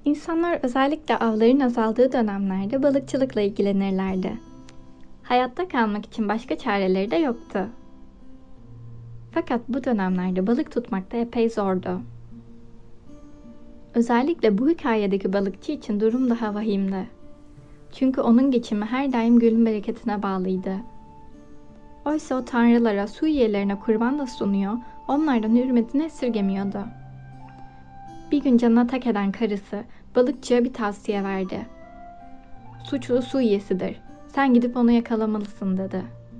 İnsanlar özellikle avların azaldığı dönemlerde balıkçılıkla ilgilenirlerdi. Hayatta kalmak için başka çareleri de yoktu. Fakat bu dönemlerde balık tutmak da epey zordu. Özellikle bu hikayedeki balıkçı için durum daha vahimdi. Çünkü onun geçimi her daim gölün bereketine bağlıydı. Oysa o tanrılara, su üyelerine kurban da sunuyor, onlardan hürmetini esirgemiyordu. Bir gün canına tak eden karısı balıkçıya bir tavsiye verdi. "Suçlu su üyesidir. Sen gidip onu yakalamalısın," dedi.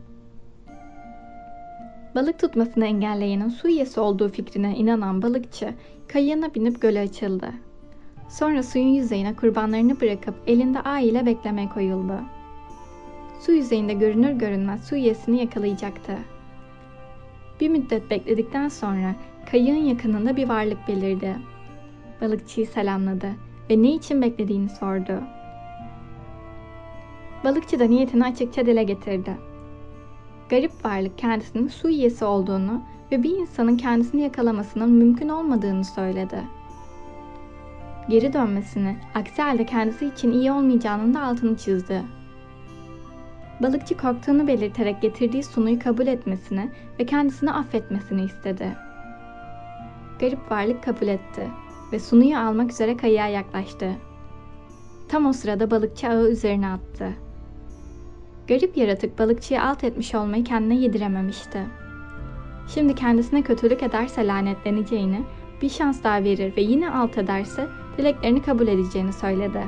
Balık tutmasını engelleyenin su üyesi olduğu fikrine inanan balıkçı kayığına binip göle açıldı. Sonra suyun yüzeyine kurbanlarını bırakıp elinde ağ ile beklemeye koyuldu. Su yüzeyinde görünür görünmez su üyesini yakalayacaktı. Bir müddet bekledikten sonra kayığın yakınında bir varlık belirdi. Balıkçıyı selamladı ve ne için beklediğini sordu. Balıkçı da niyetini açıkça dile getirdi. Garip varlık kendisinin su üyesi olduğunu ve bir insanın kendisini yakalamasının mümkün olmadığını söyledi. Geri dönmesini, aksi halde kendisi için iyi olmayacağının da altını çizdi. Balıkçı korktuğunu belirterek getirdiği sunuyu kabul etmesini ve kendisini affetmesini istedi. Garip varlık kabul etti ve sunuyu almak üzere kayığa yaklaştı. Tam o sırada balıkçı ağı üzerine attı. Garip yaratık balıkçıyı alt etmiş olmayı kendine yedirememişti. Şimdi kendisine kötülük ederse lanetleneceğini, bir şans daha verir ve yine alt ederse dileklerini kabul edeceğini söyledi.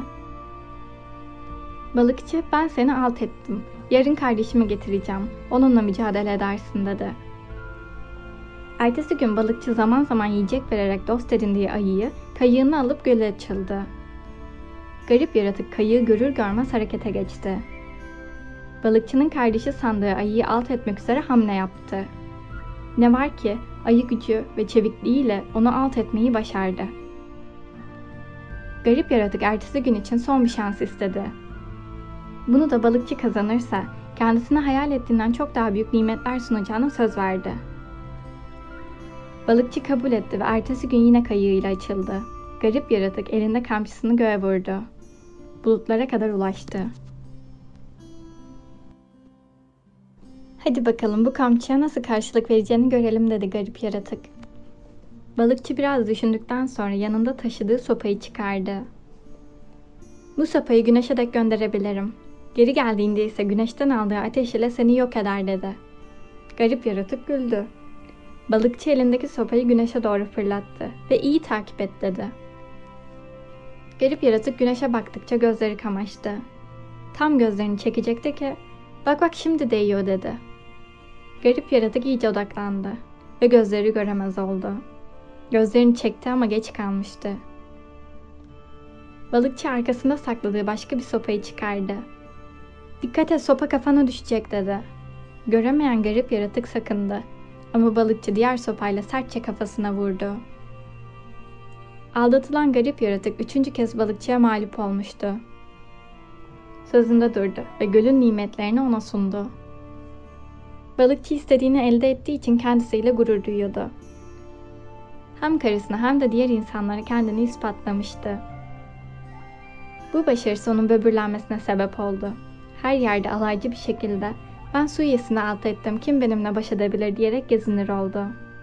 Balıkçı, "Ben seni alt ettim. Yarın kardeşimi getireceğim. Onunla mücadele edersin," dedi. Ertesi gün balıkçı zaman zaman yiyecek vererek dost edindiği ayıyı kayığını alıp göle açıldı. Garip yaratık kayığı görür görmez harekete geçti. Balıkçının kardeşi sandığı ayıyı alt etmek üzere hamle yaptı. Ne var ki ayı gücü ve çevikliğiyle onu alt etmeyi başardı. Garip yaratık ertesi gün için son bir şans istedi. Bunu da balıkçı kazanırsa kendisine hayal ettiğinden çok daha büyük nimetler sunacağına söz verdi. Balıkçı kabul etti ve ertesi gün yine kayığıyla açıldı. Garip yaratık elinde kamçısını göğe vurdu. Bulutlara kadar ulaştı. "Hadi bakalım bu kamçıya nasıl karşılık vereceğini görelim," dedi garip yaratık. Balıkçı biraz düşündükten sonra yanında taşıdığı sopayı çıkardı. "Bu sopayı güneşe dek gönderebilirim. Geri geldiğinde ise güneşten aldığı ateş ile seni yok eder," dedi. Garip yaratık güldü. Balıkçı elindeki sopayı güneşe doğru fırlattı ve "İyi takip et," dedi. Garip yaratık güneşe baktıkça gözleri kamaştı. Tam gözlerini çekecekti ki "Bak bak şimdi değiyor," dedi. Garip yaratık iyice odaklandı ve gözleri göremez oldu. Gözlerini çekti ama geç kalmıştı. Balıkçı arkasında sakladığı başka bir sopayı çıkardı. "Dikkat et, sopa kafana düşecek," dedi. Göremeyen garip yaratık sakındı ama balıkçı diğer sopayla sertçe kafasına vurdu. Aldatılan garip yaratık 3. kez balıkçıya mağlup olmuştu. Sözünde durdu ve gölün nimetlerini ona sundu. Balıkçı istediğini elde ettiği için kendisiyle gurur duyuyordu. Hem karısına hem de diğer insanlara kendini ispatlamıştı. Bu başarısı onun böbürlenmesine sebep oldu. Her yerde alaycı bir şekilde "Ben su üyesini alt ettim, kim benimle baş edebilir?" diyerek gezinir oldu.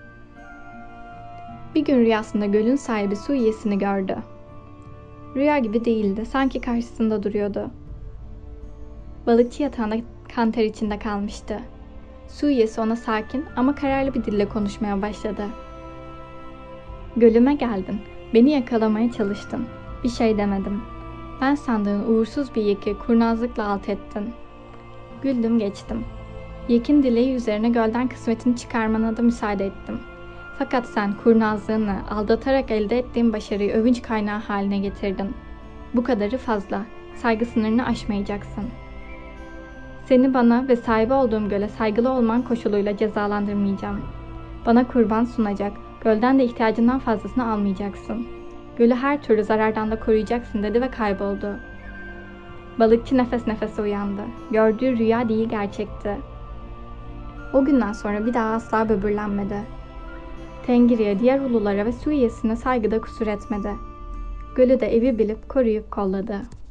Bir gün rüyasında gölün sahibi su üyesini gördü. Rüya gibi değildi, sanki karşısında duruyordu. Balıkçı yatağında kan ter içinde kalmıştı. Su üyesi ona sakin ama kararlı bir dille konuşmaya başladı. "Gölüme geldin, beni yakalamaya çalıştın. Bir şey demedim. Ben sandığın uğursuz bir yeki kurnazlıkla alt ettin. Güldüm geçtim. Yekin dileği üzerine gölden kısmetini çıkarmana da müsaade ettim. Fakat sen kurnazlığını aldatarak elde ettiğin başarıyı övünç kaynağı haline getirdin. Bu kadarı fazla. Saygı sınırını aşmayacaksın. Seni bana ve sahibi olduğum göle saygılı olman koşuluyla cezalandırmayacağım. Bana kurban sunacak, gölden de ihtiyacından fazlasını almayacaksın. Gölü her türlü zarardan da koruyacaksın," dedi ve kayboldu. Balıkçı nefes nefese uyandı. Gördüğü rüya değil, gerçekti. O günden sonra bir daha asla böbürlenmedi. Tengri'ye, diğer ululara ve su üyesine saygıda kusur etmedi. Gölü de evi bilip koruyup kolladı.